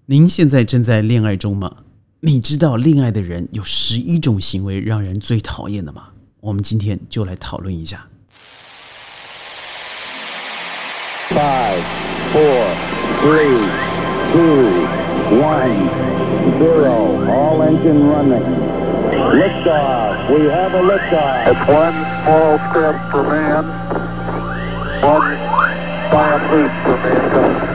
您现在正在恋爱中吗？你知道恋爱的人有11种行为让人最讨厌的吗？我们今天就来讨论一下。 5, 4, 3, 2, 1, 0. All engine running. Liftoff. We have a liftoff. It's one small step for man, one giant leap for mankind.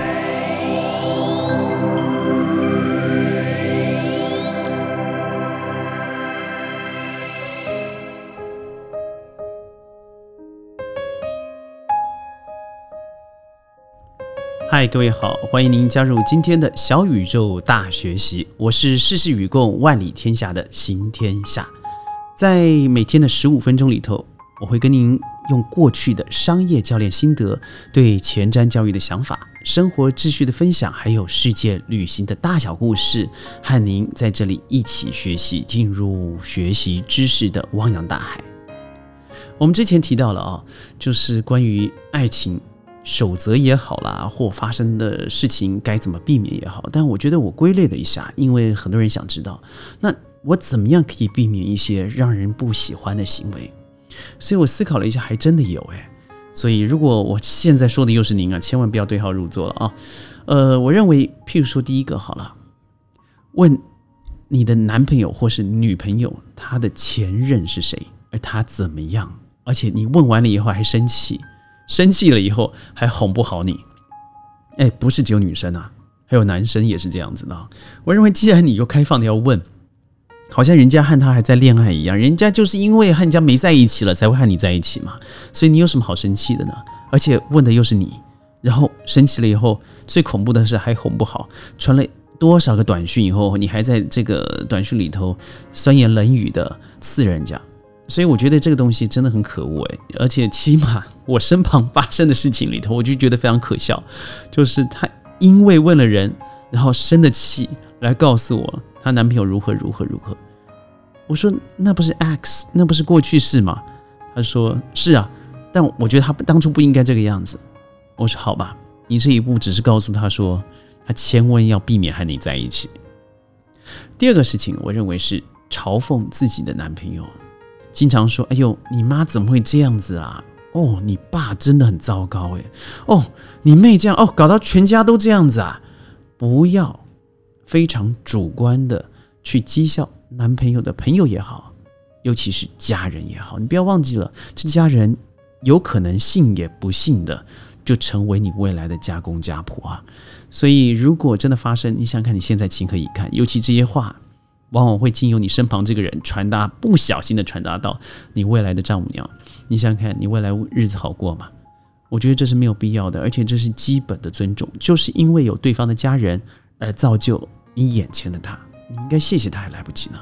嗨，各位好，欢迎您加入今天的小宇宙大学习，我是事事与共万里天下的行天下。在每天的15分钟里头，我会跟您用过去的商业教练心得、对前瞻教育的想法、生活秩序的分享，还有世界旅行的大小故事，和您在这里一起学习，进入学习知识的汪洋大海。我们之前提到了就是关于爱情守则也好啦，或发生的事情该怎么避免也好，但我觉得我归类了一下，因为很多人想知道，那我怎么样可以避免一些让人不喜欢的行为？所以我思考了一下，还真的有所以如果我现在说的又是您啊，千万不要对号入座了啊。我认为，譬如说第一个好了，问你的男朋友或是女朋友，他的前任是谁，而他怎么样？而且你问完了以后还生气。生气了以后还哄不好你，不是只有女生啊，还有男生也是这样子的。我认为既然你又开放的要问，好像人家和他还在恋爱一样，人家就是因为和人家没在一起了才会和你在一起嘛，所以你有什么好生气的呢？而且问的又是你，然后生气了以后，最恐怖的是还哄不好，传了多少个短讯以后，你还在这个短讯里头酸言冷语的刺人家。所以我觉得这个东西真的很可恶而且起码我身旁发生的事情里头，我就觉得非常可笑，就是她因为问了人，然后生的气来告诉我她男朋友如何如何如何。我说那不是 X， 那不是过去式吗？她说是啊，但我觉得她当初不应该这个样子。我说好吧，你这一步只是告诉她说，她千万要避免和你在一起。第二个事情，我认为是嘲讽自己的男朋友。经常说，哎呦，你妈怎么会这样子啊？哦，你爸真的很糟糕哦，你妹这样搞到全家都这样子啊！不要非常主观的去讥笑男朋友的朋友也好，尤其是家人也好，你不要忘记了，这家人有可能信也不信的，就成为你未来的家公家婆啊！所以如果真的发生，你想看你现在情何以堪？尤其这些话往往会经由你身旁这个人传达，不小心的传达到你未来的丈母娘。你想想看，你未来日子好过吗？我觉得这是没有必要的，而且这是基本的尊重。就是因为有对方的家人而造就你眼前的他，你应该谢谢他还来不及呢。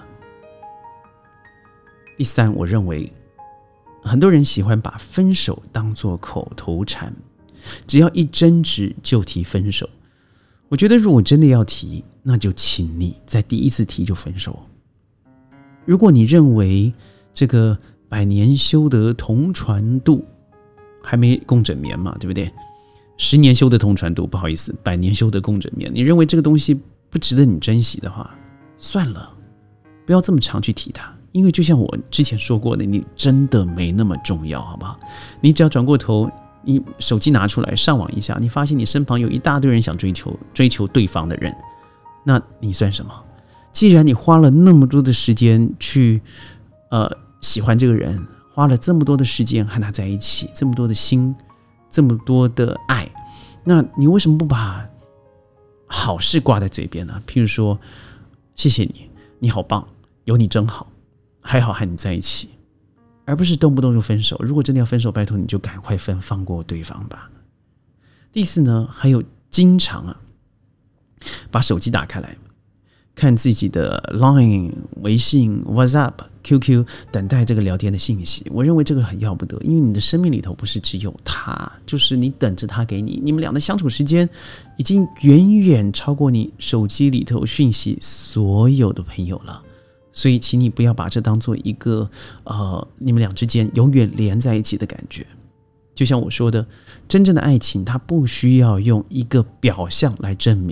第三，我认为很多人喜欢把分手当作口头禅，只要一争执就提分手。我觉得如果真的要提，那就请你在第一次提就分手。如果你认为这个百年修得同船渡，还没共枕眠嘛，对不对？10年修得同船渡，不好意思，百年修得共枕眠。你认为这个东西不值得你珍惜的话，算了，不要这么常去提它。因为就像我之前说过的，你真的没那么重要，好不好？你只要转过头，你手机拿出来上网一下，你发现你身旁有一大堆人想追求对方的人，那你算什么？既然你花了那么多的时间去喜欢这个人，花了这么多的时间和他在一起，这么多的心，这么多的爱，那你为什么不把好事挂在嘴边呢？譬如说，谢谢你，你好棒，有你真好，还好和你在一起，而不是动不动就分手。如果真的要分手，拜托你就赶快放过对方吧。第四呢，还有经常把手机打开来看自己的 Line、微信、WhatsApp、QQ 等待这个聊天的信息。我认为这个很要不得，因为你的生命里头不是只有他，就是你等着他给你，你们俩的相处时间已经远远超过你手机里头讯息所有的朋友了。所以请你不要把这当做一个你们俩之间永远连在一起的感觉。就像我说的，真正的爱情它不需要用一个表象来证明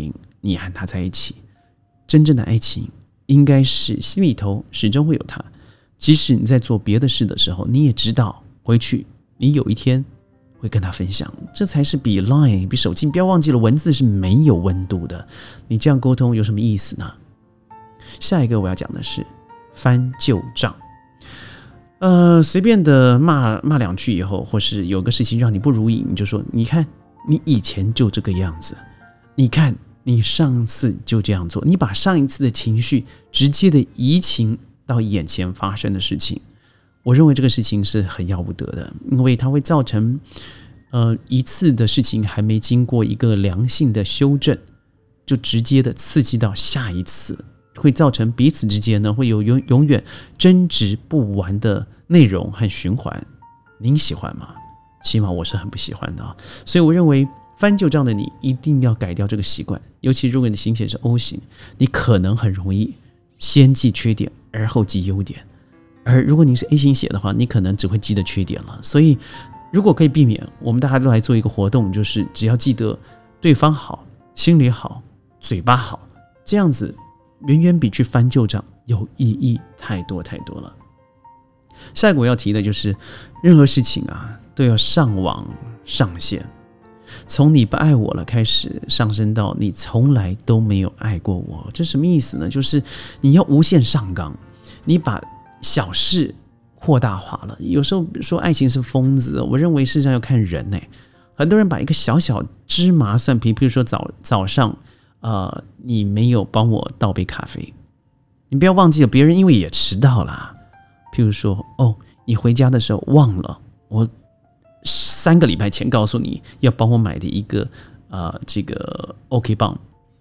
你和他在一起。真正的爱情应该是心里头始终会有他，即使你在做别的事的时候，你也知道回去你有一天会跟他分享，这才是比 Line 比手机，不要忘记了，文字是没有温度的，你这样沟通有什么意思呢？下一个我要讲的是翻旧账。随便的骂两句以后，或是有个事情让你不如意，你就说，你看你以前就这个样子，你看你上次就这样做，你把上一次的情绪直接的移情到眼前发生的事情。我认为这个事情是很要不得的，因为它会造成一次的事情还没经过一个良性的修正，就直接的刺激到下一次，会造成彼此之间呢会有永远争执不完的内容和循环。您喜欢吗？起码我是很不喜欢的啊。所以我认为翻旧账的你一定要改掉这个习惯，尤其如果你的型血是 O 型，你可能很容易先记缺点而后记优点，而如果你是 A 型血的话，你可能只会记得缺点了。所以如果可以避免，我们大家都来做一个活动，就是只要记得对方好，心里好，嘴巴好，这样子远远比去翻旧账有意义太多太多了。下一个我要提的就是任何事情啊都要上网上线，从你不爱我了开始上升到你从来都没有爱过我。这什么意思呢？就是你要无限上纲，你把小事扩大化了。有时候说爱情是疯子，我认为事实上要看人欸。很多人把一个小小芝麻蒜皮，比如说早上你没有帮我倒杯咖啡，你不要忘记了别人因为也迟到啦。譬如说你回家的时候忘了我3个礼拜前告诉你要帮我买的一个这个 OK 棒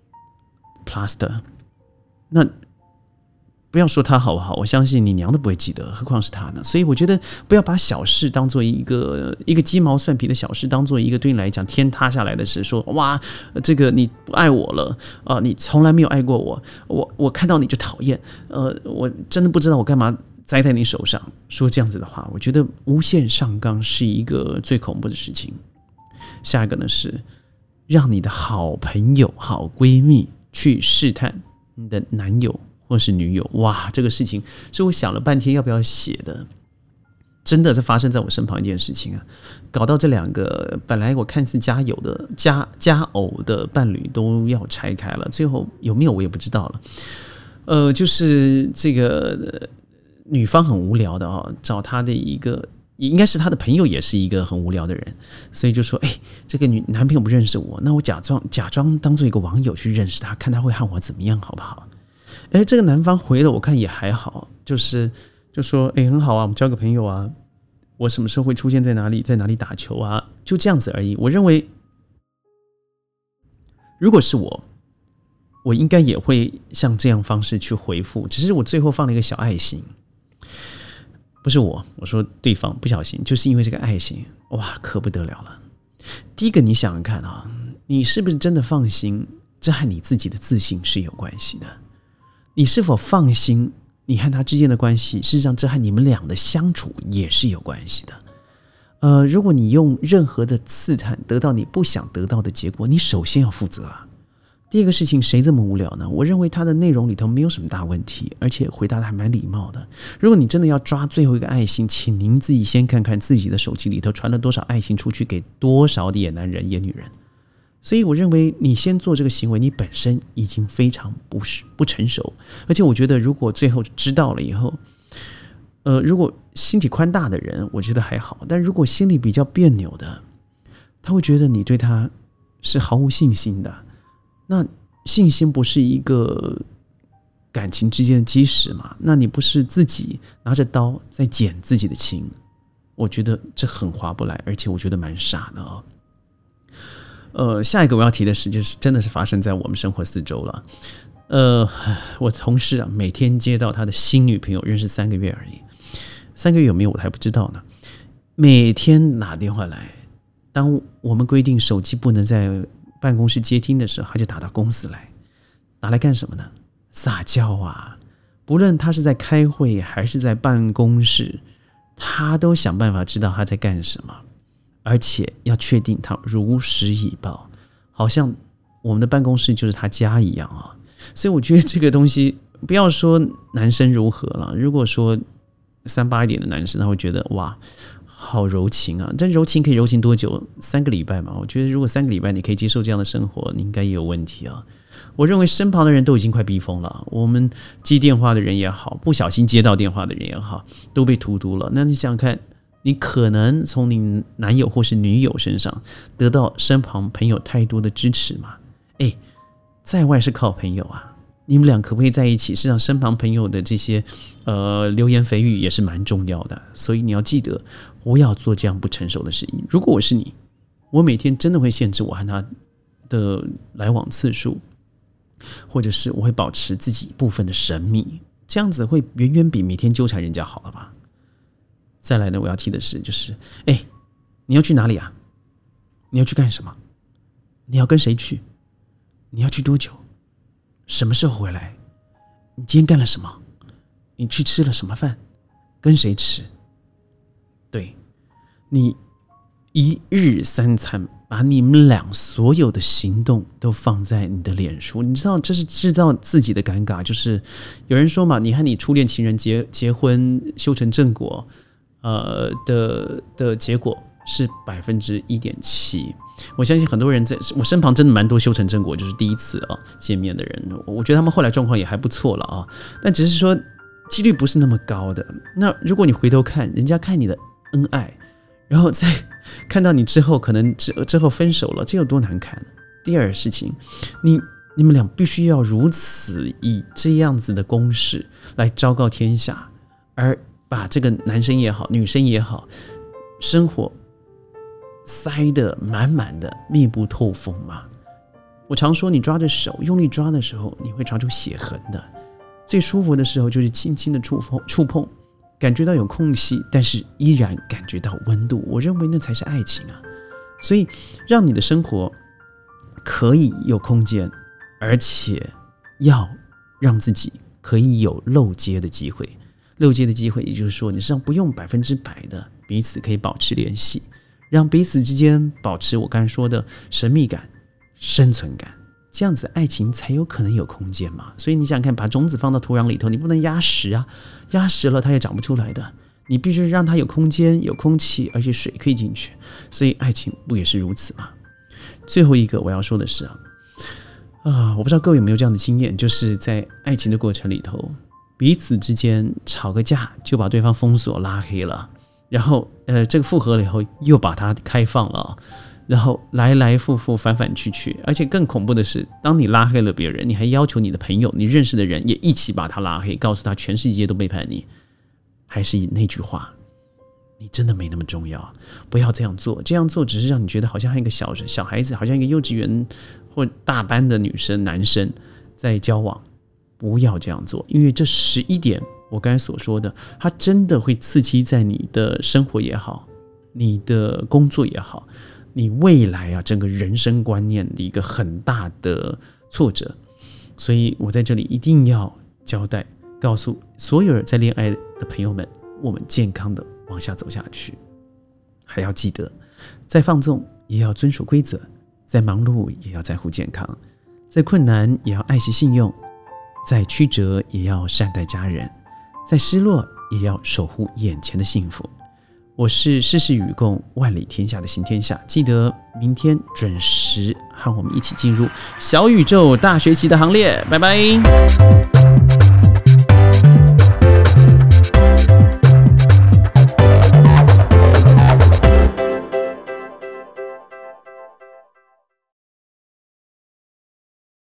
Plaster， 那不要说他好不好，我相信你娘都不会记得，何况是他呢？所以我觉得不要把小事当做一个鸡毛蒜皮的小事，当做一个对你来讲天塌下来的事，说哇这个你不爱我了你从来没有爱过我看到你就讨厌我真的不知道我干嘛栽在你手上。说这样子的话，我觉得无限上纲是一个最恐怖的事情。下一个呢是让你的好朋友好闺蜜去试探你的男友或是女友。哇，这个事情是我想了半天要不要写的，真的是发生在我身旁一件事情啊，搞到这两个本来我看似家偶的伴侣都要拆开了，最后有没有我也不知道了。就是这个女方很无聊的找她的一个应该是她的朋友，也是一个很无聊的人，所以就说这个男朋友不认识我，那我假装当做一个网友去认识他，看他会和我怎么样好不好？这个男方回了我看也还好，就说很好啊，我们交个朋友啊，我什么时候会出现在哪里打球啊，就这样子而已。我认为如果是我应该也会像这样方式去回复，只是我最后放了一个小爱心。不是我说对方不小心，就是因为这个爱心，哇，可不得了了。第一个，你想想看啊，你是不是真的放心？这和你自己的自信是有关系的。你是否放心你和他之间的关系？事实上，这和你们俩的相处也是有关系的。如果你用任何的刺探得到你不想得到的结果，你首先要负责啊。第二个事情，谁这么无聊呢？我认为他的内容里头没有什么大问题，而且回答的还蛮礼貌的。如果你真的要抓最后一个爱心，请您自己先看看自己的手机里头传了多少爱心出去给多少的野男人野女人。所以我认为你先做这个行为，你本身已经非常不成熟。而且我觉得如果最后知道了以后，如果心体宽大的人我觉得还好，但如果心里比较别扭的，他会觉得你对他是毫无信心的。那信心不是一个感情之间的基石嘛？那你不是自己拿着刀在剪自己的情？我觉得这很划不来，而且我觉得蛮傻的下一个我要提的是，就是真的是发生在我们生活四周了。我同事啊，每天接到他的新女朋友，认识3个月而已，3个月有没有我还不知道呢。每天打电话来，当我们规定手机不能在办公室接听的时候，他就打到公司来，拿来干什么呢？撒娇啊！不论他是在开会还是在办公室，他都想办法知道他在干什么，而且要确定他如实以报，好像我们的办公室就是他家一样啊。所以我觉得这个东西，不要说男生如何了，如果说38一点的男生，他会觉得哇，好柔情啊！但柔情可以柔情多久？3个礼拜嘛。我觉得如果3个礼拜你可以接受这样的生活，你应该也有问题啊。我认为身旁的人都已经快逼疯了，我们接电话的人也好，不小心接到电话的人也好，都被荼毒了。那你想想看，你可能从你男友或是女友身上得到身旁朋友太多的支持吗？在外是靠朋友啊，你们俩可不可以在一起？事实上，身旁朋友的这些流言蜚语也是蛮重要的，所以你要记得不要做这样不成熟的事情。如果我是你，我每天真的会限制我和他的来往次数，或者是我会保持自己部分的神秘，这样子会远远比每天纠缠人家好了吧？再来呢，我要提的是，就是你要去哪里啊？你要去干什么？你要跟谁去？你要去多久？什么时候回来？你今天干了什么？你去吃了什么饭？跟谁吃？对，你1日3餐，把你们俩所有的行动都放在你的脸书，你知道这是制造自己的尴尬。就是有人说嘛，你和你初恋情人结婚修成正果，的结果是1.7%。我相信很多人在我身旁真的蛮多修成正果，就是第一次见面的人，我觉得他们后来状况也还不错了啊，但只是说几率不是那么高的。那如果你回头看人家看你的恩爱，然后再看到你之后可能之后分手了，这有多难看呢？第二事情，你们俩必须要如此以这样子的公式来昭告天下，而把这个男生也好女生也好生活塞得满满的密不透风嘛。我常说，你抓着手用力抓的时候，你会抓出血痕的。最舒服的时候就是轻轻的触碰，感觉到有空隙，但是依然感觉到温度。我认为那才是爱情啊！所以让你的生活可以有空间，而且要让自己可以有漏接的机会。漏接的机会，也就是说，你实际上不用100%的彼此可以保持联系。让彼此之间保持我刚才说的神秘感、生存感，这样子爱情才有可能有空间嘛。所以你想想看，把种子放到土壤里头，你不能压实啊，压实了它也长不出来的。你必须让它有空间、有空气，而且水可以进去。所以爱情不也是如此吗？最后一个我要说的是我不知道各位有没有这样的经验，就是在爱情的过程里头，彼此之间吵个架就把对方封锁拉黑了。然后这个复合了以后又把它开放了，然后来来复复反反去去，而且更恐怖的是，当你拉黑了别人，你还要求你的朋友你认识的人也一起把他拉黑，告诉他全世界都背叛你。还是那句话，你真的没那么重要，不要这样做。这样做只是让你觉得好像一个小孩子，好像一个幼稚园或大班的女生男生在交往。不要这样做，因为这11点我刚才所说的，它真的会刺激在你的生活也好，你的工作也好，你未来整个人生观念的一个很大的挫折。所以我在这里一定要交代，告诉所有在恋爱的朋友们，我们健康的往下走下去。还要记得，在放纵也要遵守规则，在忙碌也要在乎健康，在困难也要爱惜信用，在曲折也要善待家人，在失落也要守护眼前的幸福。我是事事与共，万里天下的行天下。记得明天准时和我们一起进入小宇宙大学习的行列。拜拜。